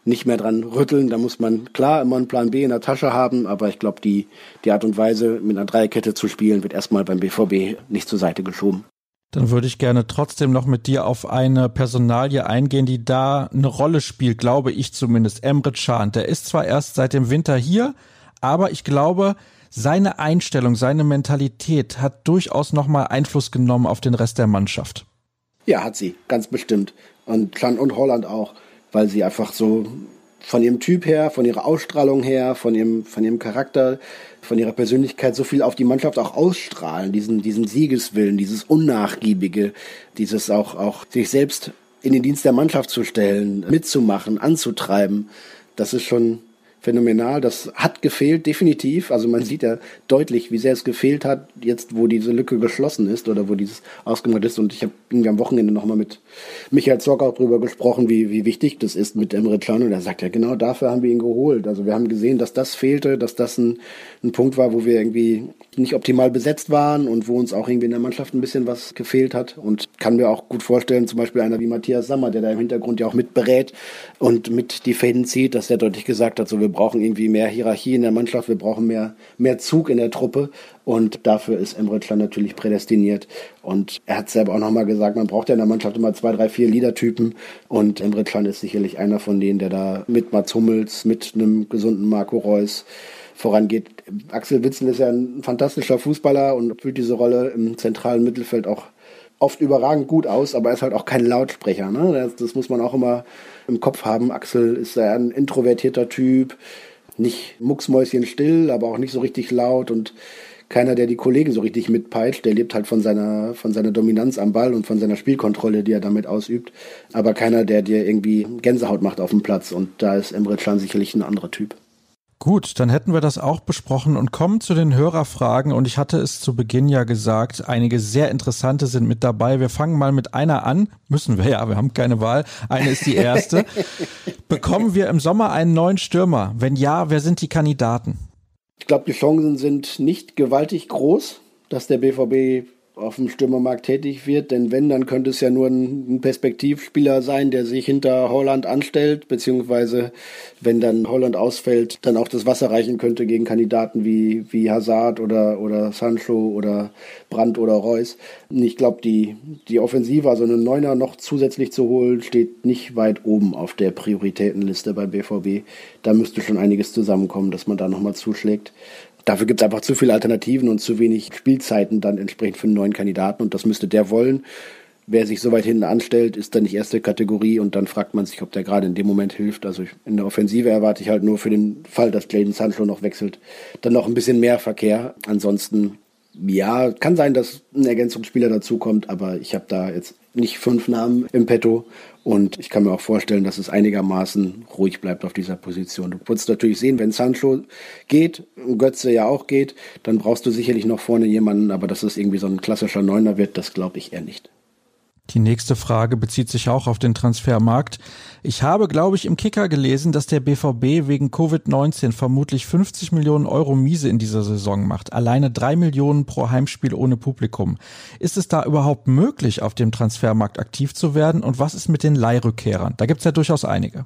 nicht mehr dran rütteln. Da muss man klar immer einen Plan B in der Tasche haben, aber ich glaube, die, die Art und Weise, mit einer Dreierkette zu spielen, wird erstmal beim B V B nicht zur Seite geschoben. Dann würde ich gerne trotzdem noch mit dir auf eine Personalie eingehen, die da eine Rolle spielt, glaube ich zumindest. Emre Can, der ist zwar erst seit dem Winter hier, aber ich glaube, seine Einstellung, seine Mentalität hat durchaus nochmal Einfluss genommen auf den Rest der Mannschaft. Ja, hat sie, ganz bestimmt. Und Can und Holland auch, weil sie einfach so von ihrem Typ her, von ihrer Ausstrahlung her, von ihrem, von ihrem Charakter, von ihrer Persönlichkeit so viel auf die Mannschaft auch ausstrahlen, diesen, diesen Siegeswillen, dieses Unnachgiebige, dieses auch, auch sich selbst in den Dienst der Mannschaft zu stellen, mitzumachen, anzutreiben. Das ist schon phänomenal. Das hat gefehlt, definitiv. Also man sieht ja deutlich, wie sehr es gefehlt hat, jetzt wo diese Lücke geschlossen ist oder wo dieses ausgemacht ist. Und ich habe irgendwie am Wochenende nochmal mit Michael Zorc auch drüber gesprochen, wie, wie wichtig das ist mit Emre Can. Und er sagt ja, genau dafür haben wir ihn geholt. Also wir haben gesehen, dass das fehlte, dass das ein, ein Punkt war, wo wir irgendwie nicht optimal besetzt waren und wo uns auch irgendwie in der Mannschaft ein bisschen was gefehlt hat. Und kann mir auch gut vorstellen, zum Beispiel einer wie Matthias Sammer, der da im Hintergrund ja auch mit berät und mit die Fäden zieht, dass er deutlich gesagt hat, so wir brauchen irgendwie mehr Hierarchie in der Mannschaft, wir brauchen mehr, mehr Zug in der Truppe und dafür ist Emre Can natürlich prädestiniert und er hat selber auch nochmal gesagt, man braucht ja in der Mannschaft immer zwei, drei, vier Leadertypen und Emre Can ist sicherlich einer von denen, der da mit Mats Hummels, mit einem gesunden Marco Reus vorangeht. Axel Witsel ist ja ein fantastischer Fußballer und fühlt diese Rolle im zentralen Mittelfeld auch oft überragend gut aus, aber er ist halt auch kein Lautsprecher. Ne? Das, das muss man auch immer im Kopf haben. Axel ist ja ein introvertierter Typ, nicht mucksmäuschenstill, aber auch nicht so richtig laut und keiner, der die Kollegen so richtig mitpeitscht. Der lebt halt von seiner, von seiner Dominanz am Ball und von seiner Spielkontrolle, die er damit ausübt. Aber keiner, der dir irgendwie Gänsehaut macht auf dem Platz. Und da ist Emre Can sicherlich ein anderer Typ. Gut, dann hätten wir das auch besprochen und kommen zu den Hörerfragen. Und ich hatte es zu Beginn ja gesagt, einige sehr interessante sind mit dabei. Wir fangen mal mit einer an. Müssen wir ja, wir haben keine Wahl. Eine ist die erste. Bekommen wir im Sommer einen neuen Stürmer? Wenn ja, wer sind die Kandidaten? Ich glaube, die Chancen sind nicht gewaltig groß, dass der B V B auf dem Stürmermarkt tätig wird, denn wenn, dann könnte es ja nur ein Perspektivspieler sein, der sich hinter Holland anstellt, beziehungsweise wenn dann Holland ausfällt, dann auch das Wasser reichen könnte gegen Kandidaten wie, wie Hazard oder, oder Sancho oder Brandt oder Reus. Ich glaube, die, die Offensive, also einen Neuner noch zusätzlich zu holen, steht nicht weit oben auf der Prioritätenliste beim B V B. Da müsste schon einiges zusammenkommen, dass man da nochmal zuschlägt. Dafür gibt es einfach zu viele Alternativen und zu wenig Spielzeiten dann entsprechend für einen neuen Kandidaten. Und das müsste der wollen. Wer sich so weit hinten anstellt, ist dann nicht erste Kategorie. Und dann fragt man sich, ob der gerade in dem Moment hilft. Also in der Offensive erwarte ich halt nur für den Fall, dass Jadon Sancho noch wechselt, dann noch ein bisschen mehr Verkehr. Ansonsten, ja, kann sein, dass ein Ergänzungsspieler dazukommt. Aber ich habe da jetzt nicht fünf Namen im Petto. Und ich kann mir auch vorstellen, dass es einigermaßen ruhig bleibt auf dieser Position. Du würdest natürlich sehen, wenn Sancho geht, Götze ja auch geht, dann brauchst du sicherlich noch vorne jemanden, aber dass es irgendwie so ein klassischer Neuner wird, das glaube ich eher nicht. Die nächste Frage bezieht sich auch auf den Transfermarkt. Ich habe, glaube ich, im Kicker gelesen, dass der B V B wegen Covid neunzehn vermutlich fünfzig Millionen Euro Miese in dieser Saison macht. Alleine drei Millionen pro Heimspiel ohne Publikum. Ist es da überhaupt möglich, auf dem Transfermarkt aktiv zu werden? Und was ist mit den Leihrückkehrern? Da gibt es ja durchaus einige.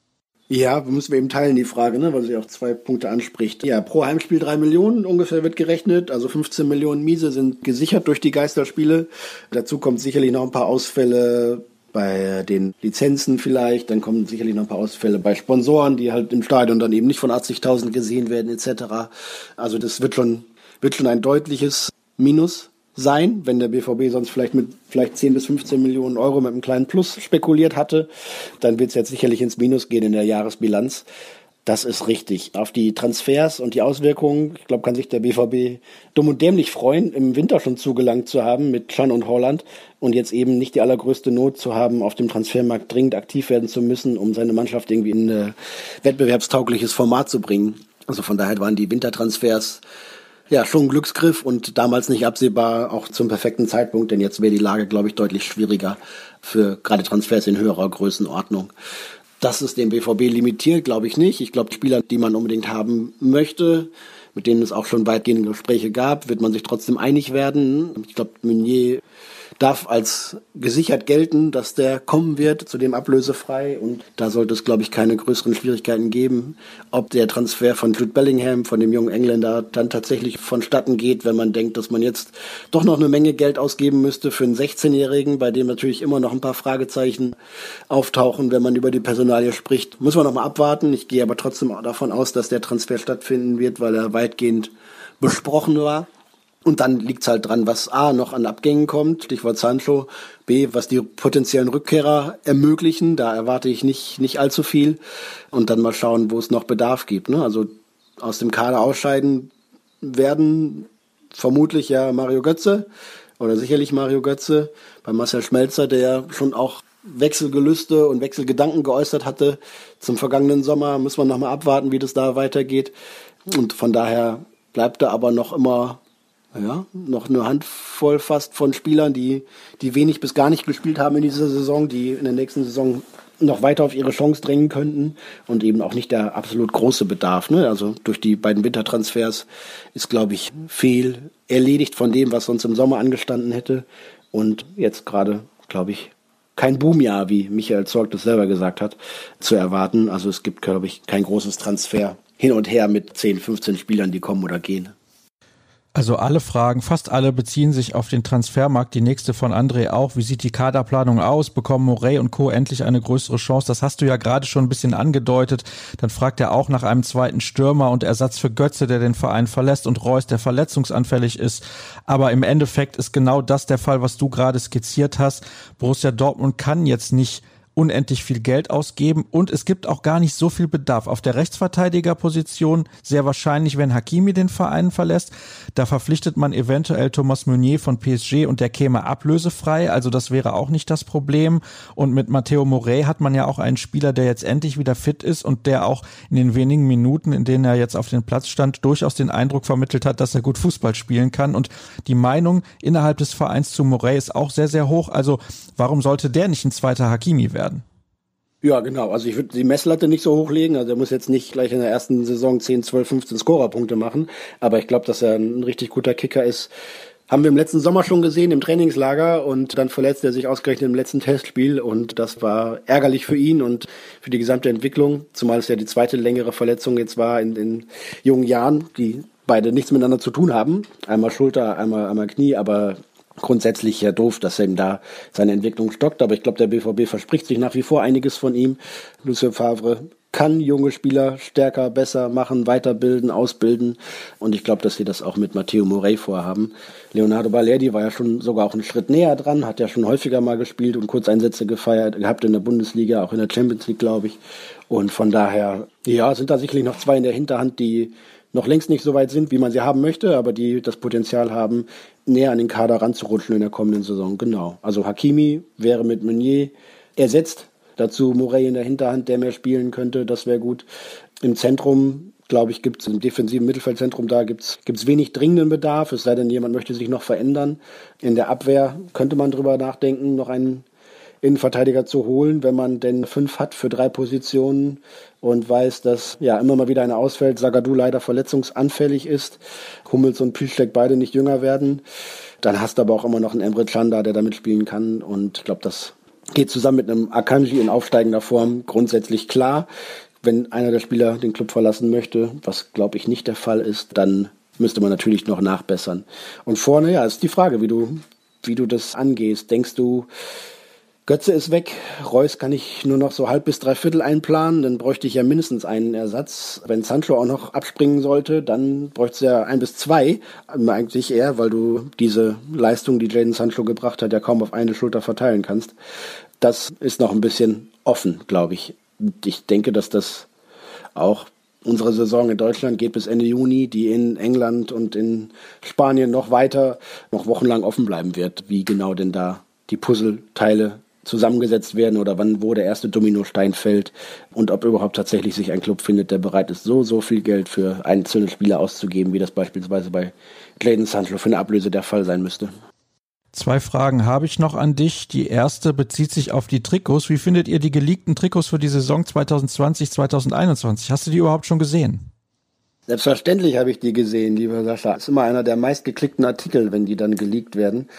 Ja, müssen wir eben teilen, die Frage, ne, weil sie auch zwei Punkte anspricht. Ja, pro Heimspiel drei Millionen ungefähr wird gerechnet, also fünfzehn Millionen Miese sind gesichert durch die Geisterspiele. Dazu kommt sicherlich noch ein paar Ausfälle bei den Lizenzen vielleicht, dann kommen sicherlich noch ein paar Ausfälle bei Sponsoren, die halt im Stadion dann eben nicht von achtzigtausend gesehen werden et cetera. Also das wird schon, wird schon ein deutliches Minus sein, wenn der B V B sonst vielleicht mit vielleicht zehn bis fünfzehn Millionen Euro mit einem kleinen Plus spekuliert hatte, dann wird es jetzt sicherlich ins Minus gehen in der Jahresbilanz. Das ist richtig. Auf die Transfers und die Auswirkungen, ich glaube, kann sich der B V B dumm und dämlich freuen, im Winter schon zugelangt zu haben mit Can und Holland und jetzt eben nicht die allergrößte Not zu haben, auf dem Transfermarkt dringend aktiv werden zu müssen, um seine Mannschaft irgendwie in ein wettbewerbstaugliches Format zu bringen. Also von daher waren die Wintertransfers ja, schon ein Glücksgriff und damals nicht absehbar, auch zum perfekten Zeitpunkt, denn jetzt wäre die Lage, glaube ich, deutlich schwieriger für gerade Transfers in höherer Größenordnung. Dass es den B V B limitiert, glaube ich nicht. Ich glaube, Spieler, die man unbedingt haben möchte, mit denen es auch schon weitgehende Gespräche gab, wird man sich trotzdem einig werden. Ich glaube, Meunier darf als gesichert gelten, dass der kommen wird, zudem ablösefrei. Und da sollte es, glaube ich, keine größeren Schwierigkeiten geben. Ob der Transfer von Jude Bellingham, von dem jungen Engländer, dann tatsächlich vonstatten geht, wenn man denkt, dass man jetzt doch noch eine Menge Geld ausgeben müsste für einen sechzehnjährigen, bei dem natürlich immer noch ein paar Fragezeichen auftauchen, wenn man über die Personalie spricht. Muss man noch mal abwarten. Ich gehe aber trotzdem davon aus, dass der Transfer stattfinden wird, weil er weitgehend besprochen war. Und dann liegt's halt dran, was A, noch an Abgängen kommt, Stichwort Sancho, B, was die potenziellen Rückkehrer ermöglichen, da erwarte ich nicht nicht allzu viel. Und dann mal schauen, wo es noch Bedarf gibt. Ne? Also aus dem Kader ausscheiden werden vermutlich ja Mario Götze oder sicherlich Mario Götze. Bei Marcel Schmelzer, der schon auch Wechselgelüste und Wechselgedanken geäußert hatte zum vergangenen Sommer, müssen wir noch mal abwarten, wie das da weitergeht. Und von daher bleibt da aber noch immer ja, noch eine Handvoll fast von Spielern, die, die wenig bis gar nicht gespielt haben in dieser Saison, die in der nächsten Saison noch weiter auf ihre Chance drängen könnten und eben auch nicht der absolut große Bedarf. Ne? Also durch die beiden Wintertransfers ist, glaube ich, viel erledigt von dem, was sonst im Sommer angestanden hätte. Und jetzt gerade, glaube ich, kein Boomjahr, wie Michael Zorc das selber gesagt hat, zu erwarten. Also es gibt, glaube ich, kein großes Transfer hin und her mit zehn, fünfzehn Spielern, die kommen oder gehen. Also alle Fragen, fast alle beziehen sich auf den Transfermarkt. Die nächste von André auch. Wie sieht die Kaderplanung aus? Bekommen Morey und Co. endlich eine größere Chance? Das hast du ja gerade schon ein bisschen angedeutet. Dann fragt er auch nach einem zweiten Stürmer und Ersatz für Götze, der den Verein verlässt, und Reus, der verletzungsanfällig ist. Aber im Endeffekt ist genau das der Fall, was du gerade skizziert hast. Borussia Dortmund kann jetzt nicht unendlich viel Geld ausgeben und es gibt auch gar nicht so viel Bedarf. Auf der Rechtsverteidigerposition sehr wahrscheinlich, wenn Hakimi den Verein verlässt, da verpflichtet man eventuell Thomas Meunier von P S G und der käme ablösefrei, also das wäre auch nicht das Problem. Und mit Matteo Morey hat man ja auch einen Spieler, der jetzt endlich wieder fit ist und der auch in den wenigen Minuten, in denen er jetzt auf dem Platz stand, durchaus den Eindruck vermittelt hat, dass er gut Fußball spielen kann. Und die Meinung innerhalb des Vereins zu Morey ist auch sehr, sehr hoch. Also warum sollte der nicht ein zweiter Hakimi werden? Ja, genau. Also ich würde die Messlatte nicht so hochlegen. Also er muss jetzt nicht gleich in der ersten Saison zehn, zwölf, fünfzehn Scorerpunkte machen. Aber ich glaube, dass er ein richtig guter Kicker ist. Haben wir im letzten Sommer schon gesehen, im Trainingslager. Und dann verletzt er sich ausgerechnet im letzten Testspiel. Und das war ärgerlich für ihn und für die gesamte Entwicklung. Zumal es ja die zweite längere Verletzung jetzt war in den jungen Jahren, die beide nichts miteinander zu tun haben. Einmal Schulter, einmal, einmal Knie, aber grundsätzlich ja doof, dass er ihm da seine Entwicklung stockt, aber ich glaube, der B V B verspricht sich nach wie vor einiges von ihm. Lucien Favre kann junge Spieler stärker, besser machen, weiterbilden, ausbilden und ich glaube, dass sie das auch mit Matteo Morey vorhaben. Leonardo Balerdi war ja schon sogar auch einen Schritt näher dran, hat ja schon häufiger mal gespielt und Kurzeinsätze gefeiert, gehabt in der Bundesliga, auch in der Champions League, glaube ich. Und von daher, ja, sind da sicherlich noch zwei in der Hinterhand, die noch längst nicht so weit sind, wie man sie haben möchte, aber die das Potenzial haben, näher an den Kader ranzurutschen in der kommenden Saison. Genau. Also Hakimi wäre mit Meunier ersetzt. Dazu Morey in der Hinterhand, der mehr spielen könnte. Das wäre gut. Im Zentrum, glaube ich, gibt es im defensiven Mittelfeldzentrum, da gibt es wenig dringenden Bedarf. Es sei denn, jemand möchte sich noch verändern. In der Abwehr könnte man drüber nachdenken, noch einen Innenverteidiger zu holen, wenn man denn fünf hat für drei Positionen und weiß, dass ja immer mal wieder einer ausfällt, Zagadou leider verletzungsanfällig ist, Hummels und Piszczek beide nicht jünger werden. Dann hast du aber auch immer noch einen Emre Can da, der da mitspielen kann und ich glaube, das geht zusammen mit einem Akanji in aufsteigender Form grundsätzlich klar. Wenn einer der Spieler den Club verlassen möchte, was glaube ich nicht der Fall ist, dann müsste man natürlich noch nachbessern. Und vorne, ja, ist die Frage, wie du, wie du das angehst. Denkst du, Götze ist weg, Reus kann ich nur noch so halb bis drei Viertel einplanen, dann bräuchte ich ja mindestens einen Ersatz. Wenn Sancho auch noch abspringen sollte, dann bräuchte es ja ein bis zwei, eigentlich eher, weil du diese Leistung, die Jadon Sancho gebracht hat, ja kaum auf eine Schulter verteilen kannst. Das ist noch ein bisschen offen, glaube ich. Ich denke, dass das auch unsere Saison in Deutschland geht bis Ende Juni, die in England und in Spanien noch weiter, noch wochenlang offen bleiben wird, wie genau denn da die Puzzleteile zusammengesetzt werden oder wann wo der erste Dominostein fällt und ob überhaupt tatsächlich sich ein Club findet, der bereit ist, so, so viel Geld für einzelne Spieler auszugeben, wie das beispielsweise bei Jadon Sancho für eine Ablöse der Fall sein müsste. Zwei Fragen habe ich noch an dich. Die erste bezieht sich auf die Trikots. Wie findet ihr die geleakten Trikots für die Saison zwanzig zwanzig, zwanzig einundzwanzig? Hast du die überhaupt schon gesehen? Selbstverständlich habe ich die gesehen, lieber Sascha. Das ist immer einer der meistgeklickten Artikel, wenn die dann geleakt werden.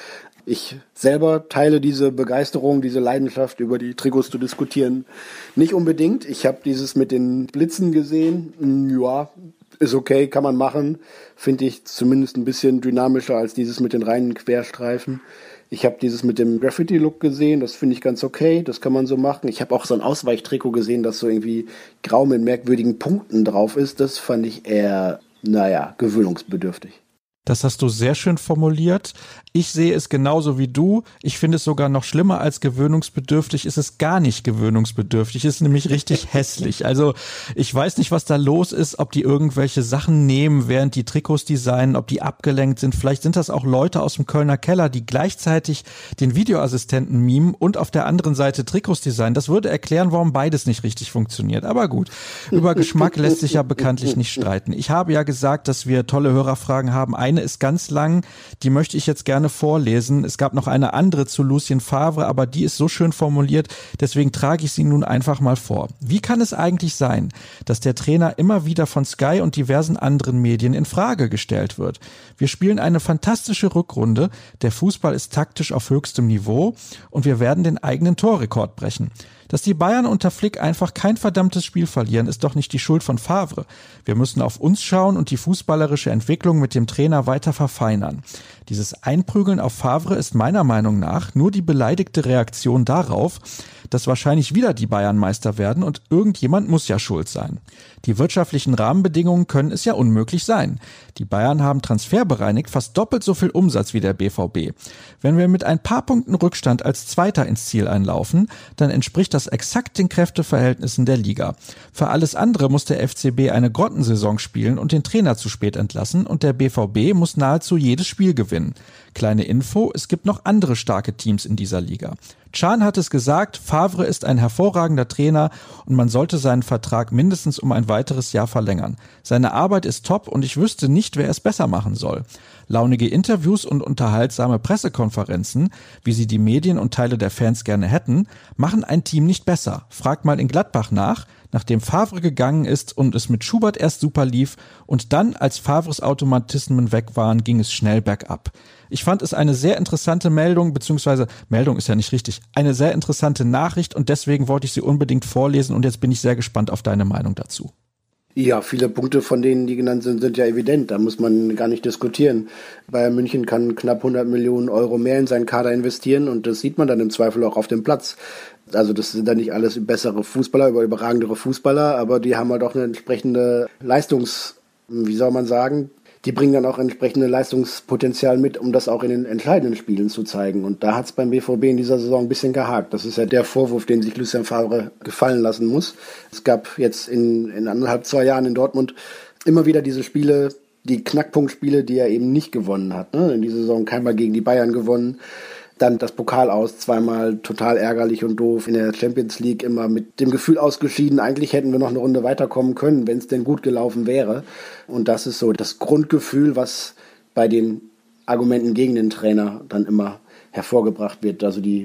Ich selber teile diese Begeisterung, diese Leidenschaft, über die Trikots zu diskutieren, nicht unbedingt. Ich habe dieses mit den Blitzen gesehen. Ja, ist okay, kann man machen. Finde ich zumindest ein bisschen dynamischer als dieses mit den reinen Querstreifen. Ich habe dieses mit dem Graffiti-Look gesehen, das finde ich ganz okay, das kann man so machen. Ich habe auch so ein Ausweichtrikot gesehen, das so irgendwie grau mit merkwürdigen Punkten drauf ist. Das fand ich eher, naja, gewöhnungsbedürftig. Das hast du sehr schön formuliert. Ich sehe es genauso wie du. Ich finde es sogar noch schlimmer als gewöhnungsbedürftig. Es ist gar nicht gewöhnungsbedürftig. Es ist nämlich richtig hässlich. Also ich weiß nicht, was da los ist, ob die irgendwelche Sachen nehmen, während die Trikots designen, ob die abgelenkt sind. Vielleicht sind das auch Leute aus dem Kölner Keller, die gleichzeitig den Videoassistenten mimen und auf der anderen Seite Trikots designen. Das würde erklären, warum beides nicht richtig funktioniert. Aber gut, über Geschmack lässt sich ja bekanntlich nicht streiten. Ich habe ja gesagt, dass wir tolle Hörerfragen haben. Eine ist ganz lang, die möchte ich jetzt gerne vorlesen. Es gab noch eine andere zu Lucien Favre, aber die ist so schön formuliert, deswegen trage ich sie nun einfach mal vor. Wie kann es eigentlich sein, dass der Trainer immer wieder von Sky und diversen anderen Medien in Frage gestellt wird? Wir spielen eine fantastische Rückrunde, der Fußball ist taktisch auf höchstem Niveau und wir werden den eigenen Torrekord brechen. Dass die Bayern unter Flick einfach kein verdammtes Spiel verlieren, ist doch nicht die Schuld von Favre. Wir müssen auf uns schauen und die fußballerische Entwicklung mit dem Trainer weiter verfeinern. Dieses Einprügeln auf Favre ist meiner Meinung nach nur die beleidigte Reaktion darauf, dass wahrscheinlich wieder die Bayern Meister werden und irgendjemand muss ja schuld sein. Die wirtschaftlichen Rahmenbedingungen können es ja unmöglich sein. Die Bayern haben transferbereinigt fast doppelt so viel Umsatz wie der B V B. Wenn wir mit ein paar Punkten Rückstand als Zweiter ins Ziel einlaufen, dann entspricht das exakt den Kräfteverhältnissen der Liga. Für alles andere muss der F C B eine Grottensaison spielen und den Trainer zu spät entlassen und der B V B muss nahezu jedes Spiel gewinnen. Kleine Info, es gibt noch andere starke Teams in dieser Liga. Can hat es gesagt, Favre ist ein hervorragender Trainer und man sollte seinen Vertrag mindestens um ein weiteres Jahr verlängern. Seine Arbeit ist top und ich wüsste nicht, wer es besser machen soll. Launige Interviews und unterhaltsame Pressekonferenzen, wie sie die Medien und Teile der Fans gerne hätten, machen ein Team nicht besser. Fragt mal in Gladbach nach, nachdem Favre gegangen ist und es mit Schubert erst super lief und dann, als Favres Automatismen weg waren, ging es schnell bergab. Ich fand es eine sehr interessante Meldung, beziehungsweise Meldung ist ja nicht richtig, eine sehr interessante Nachricht und deswegen wollte ich sie unbedingt vorlesen und jetzt bin ich sehr gespannt auf deine Meinung dazu. Ja, viele Punkte von denen, die genannt sind, sind ja evident. Da muss man gar nicht diskutieren. Bayern München kann knapp hundert Millionen Euro mehr in seinen Kader investieren und das sieht man dann im Zweifel auch auf dem Platz. Also das sind dann nicht alles bessere Fußballer, über überragendere Fußballer, aber die haben halt auch eine entsprechende Leistungs, wie soll man sagen, die bringen dann auch entsprechende Leistungspotenzial mit, um das auch in den entscheidenden Spielen zu zeigen. Und da hat es beim B V B in dieser Saison ein bisschen gehakt. Das ist ja der Vorwurf, den sich Lucien Favre gefallen lassen muss. Es gab jetzt in, in anderthalb, zwei Jahren in Dortmund immer wieder diese Spiele, die Knackpunktspiele, die er eben nicht gewonnen hat. Ne? In dieser Saison keinmal gegen die Bayern gewonnen. Dann das Pokal aus, zweimal total ärgerlich und doof. In der Champions League immer mit dem Gefühl ausgeschieden, eigentlich hätten wir noch eine Runde weiterkommen können, wenn es denn gut gelaufen wäre. Und das ist so das Grundgefühl, was bei den Argumenten gegen den Trainer dann immer hervorgebracht wird. Also die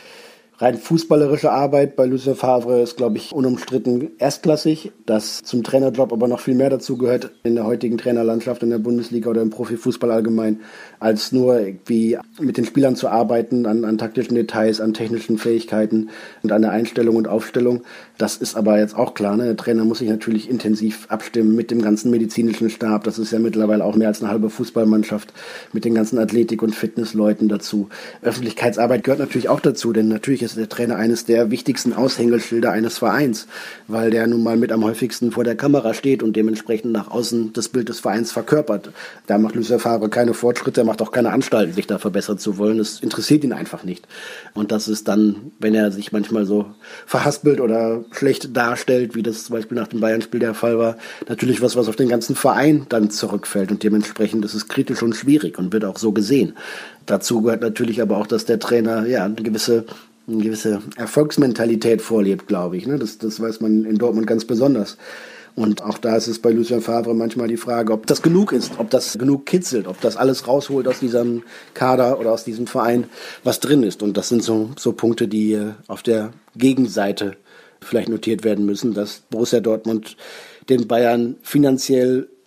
rein fußballerische Arbeit bei Lucien Favre ist, glaube ich, unumstritten erstklassig. Dass zum Trainerjob aber noch viel mehr dazu gehört in der heutigen Trainerlandschaft in der Bundesliga oder im Profifußball allgemein, als nur irgendwie mit den Spielern zu arbeiten, an, an taktischen Details, an technischen Fähigkeiten und an der Einstellung und Aufstellung. Das ist aber jetzt auch klar, ne? Der Trainer muss sich natürlich intensiv abstimmen mit dem ganzen medizinischen Stab. Das ist ja mittlerweile auch mehr als eine halbe Fußballmannschaft mit den ganzen Athletik- und Fitnessleuten dazu. Öffentlichkeitsarbeit gehört natürlich auch dazu, denn natürlich ist der Trainer eines der wichtigsten Aushängeschilder eines Vereins, weil der nun mal mit am häufigsten vor der Kamera steht und dementsprechend nach außen das Bild des Vereins verkörpert. Da macht Lucien Favre keine Fortschritte, er macht auch keine Anstalten, sich da verbessern zu wollen. Das interessiert ihn einfach nicht. Und das ist dann, wenn er sich manchmal so verhaspelt oder schlecht darstellt, wie das zum Beispiel nach dem Bayern-Spiel der Fall war, natürlich was, was auf den ganzen Verein dann zurückfällt und dementsprechend ist es kritisch und schwierig und wird auch so gesehen. Dazu gehört natürlich aber auch, dass der Trainer ja eine gewisse eine gewisse Erfolgsmentalität vorlebt, glaube ich. Ne? Das, das weiß man in Dortmund ganz besonders. Und auch da ist es bei Lucien Favre manchmal die Frage, ob das genug ist, ob das genug kitzelt, ob das alles rausholt aus diesem Kader oder aus diesem Verein, was drin ist. Und das sind so, so Punkte, die auf der Gegenseite vielleicht notiert werden müssen, dass Borussia Dortmund den Bayern finanziell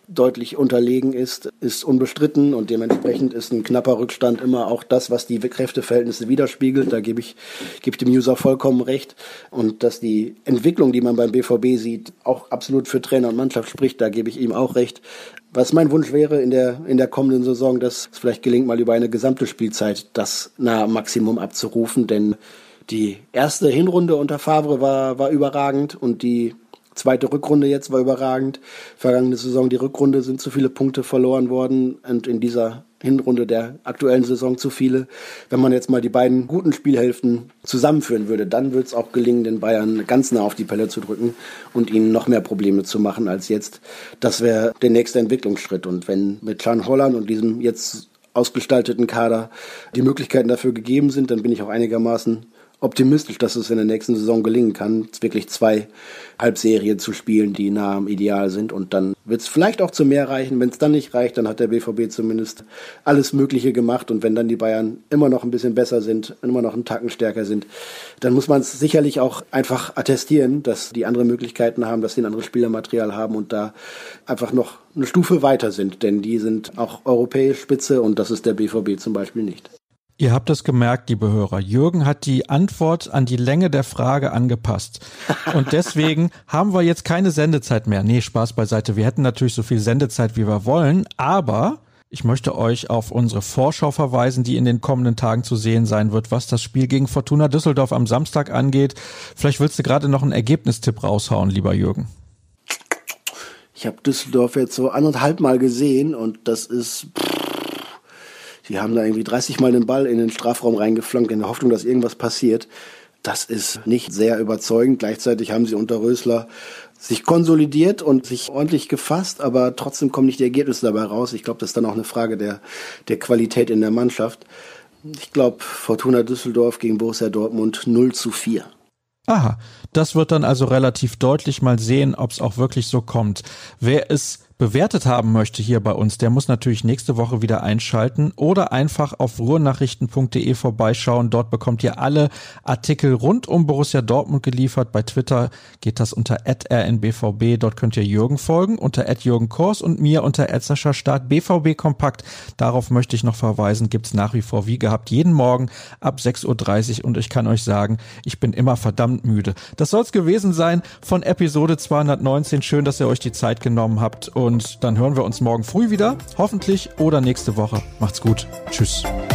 deutlich unterlegen ist, ist unbestritten und dementsprechend ist ein knapper Rückstand immer auch das, was die Kräfteverhältnisse widerspiegelt. Da gebe ich, gebe ich dem User vollkommen recht. Und dass die Entwicklung, die man beim B V B sieht, auch absolut für Trainer und Mannschaft spricht, da gebe ich ihm auch recht. Was mein Wunsch wäre in der, in der kommenden Saison, dass es vielleicht gelingt, mal über eine gesamte Spielzeit das nahe Maximum abzurufen, denn die erste Hinrunde unter Favre war, war überragend und die zweite Rückrunde jetzt war überragend. Vergangene Saison, die Rückrunde, sind zu viele Punkte verloren worden und in dieser Hinrunde der aktuellen Saison zu viele. Wenn man jetzt mal die beiden guten Spielhälften zusammenführen würde, dann wird es auch gelingen, den Bayern ganz nah auf die Pelle zu drücken und ihnen noch mehr Probleme zu machen als jetzt. Das wäre der nächste Entwicklungsschritt. Und wenn mit Can Holland und diesem jetzt ausgestalteten Kader die Möglichkeiten dafür gegeben sind, dann bin ich auch einigermaßen optimistisch, dass es in der nächsten Saison gelingen kann, wirklich zwei Halbserien zu spielen, die nah am Ideal sind. Und dann wird es vielleicht auch zu mehr reichen. Wenn es dann nicht reicht, dann hat der B V B zumindest alles Mögliche gemacht. Und wenn dann die Bayern immer noch ein bisschen besser sind, immer noch einen Tacken stärker sind, dann muss man es sicherlich auch einfach attestieren, dass die andere Möglichkeiten haben, dass sie ein anderes Spielermaterial haben und da einfach noch eine Stufe weiter sind. Denn die sind auch europäisch Spitze und das ist der B V B zum Beispiel nicht. Ihr habt es gemerkt, liebe Hörer. Jürgen hat die Antwort an die Länge der Frage angepasst. Und deswegen haben wir jetzt keine Sendezeit mehr. Nee, Spaß beiseite. Wir hätten natürlich so viel Sendezeit, wie wir wollen. Aber ich möchte euch auf unsere Vorschau verweisen, die in den kommenden Tagen zu sehen sein wird, was das Spiel gegen Fortuna Düsseldorf am Samstag angeht. Vielleicht willst du gerade noch einen Ergebnistipp raushauen, lieber Jürgen. Ich habe Düsseldorf jetzt so anderthalb Mal gesehen und das ist... Die haben da irgendwie dreißig Mal den Ball in den Strafraum reingeflankt, in der Hoffnung, dass irgendwas passiert. Das ist nicht sehr überzeugend. Gleichzeitig haben sie unter Rösler sich konsolidiert und sich ordentlich gefasst, aber trotzdem kommen nicht die Ergebnisse dabei raus. Ich glaube, das ist dann auch eine Frage der, der Qualität in der Mannschaft. Ich glaube, Fortuna Düsseldorf gegen Borussia Dortmund null zu vier. Aha, das wird dann also relativ deutlich. Mal sehen, ob es auch wirklich so kommt. Wer es bewertet haben möchte hier bei uns, der muss natürlich nächste Woche wieder einschalten oder einfach auf ruhrnachrichten punkt de vorbeischauen. Dort bekommt ihr alle Artikel rund um Borussia Dortmund geliefert. Bei Twitter geht das unter at r n b v b. Dort könnt ihr Jürgen folgen, unter at Jürgen Kors und mir unter at Sascha Stark. B V B Kompakt, darauf möchte ich noch verweisen, gibt's nach wie vor wie gehabt jeden Morgen ab sechs Uhr dreißig und ich kann euch sagen, ich bin immer verdammt müde. Das soll's gewesen sein von Episode zweihundertneunzehn. Schön, dass ihr euch die Zeit genommen habt und dann hören wir uns morgen früh wieder, hoffentlich, oder nächste Woche. Macht's gut. Tschüss.